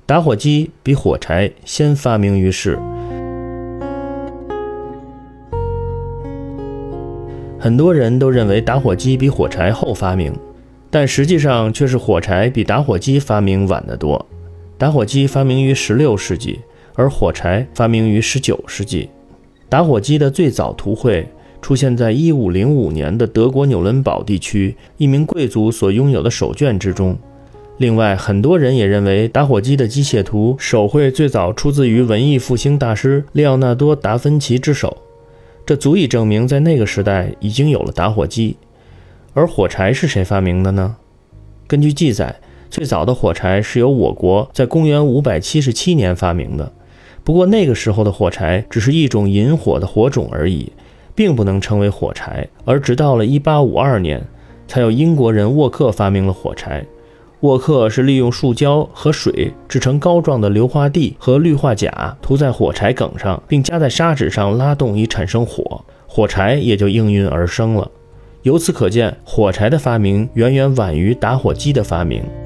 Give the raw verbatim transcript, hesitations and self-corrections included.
打火机比火柴先发明于世。很多人都认为打火机比火柴后发明，但实际上却是火柴比打火机发明晚得多。打火机发明于十六世纪，而火柴发明于十九世纪。打火机的最早图绘出现在一五零五年的德国纽伦堡地区一名贵族所拥有的手卷之中。另外，很多人也认为打火机的机械图手绘最早出自于文艺复兴大师列奥纳多·达芬奇之手，这足以证明在那个时代已经有了打火机。而火柴是谁发明的呢？根据记载，最早的火柴是由我国在公元五百七十七年发明的，不过那个时候的火柴只是一种引火的火种而已，并不能称为火柴。而直到了一八五二年，才有英国人沃克发明了火柴。沃克是利用树胶和水制成膏状的硫化锭和氯化钾，涂在火柴梗上，并加在砂纸上拉动以产生火，火柴也就应运而生了。由此可见，火柴的发明远远晚于打火机的发明。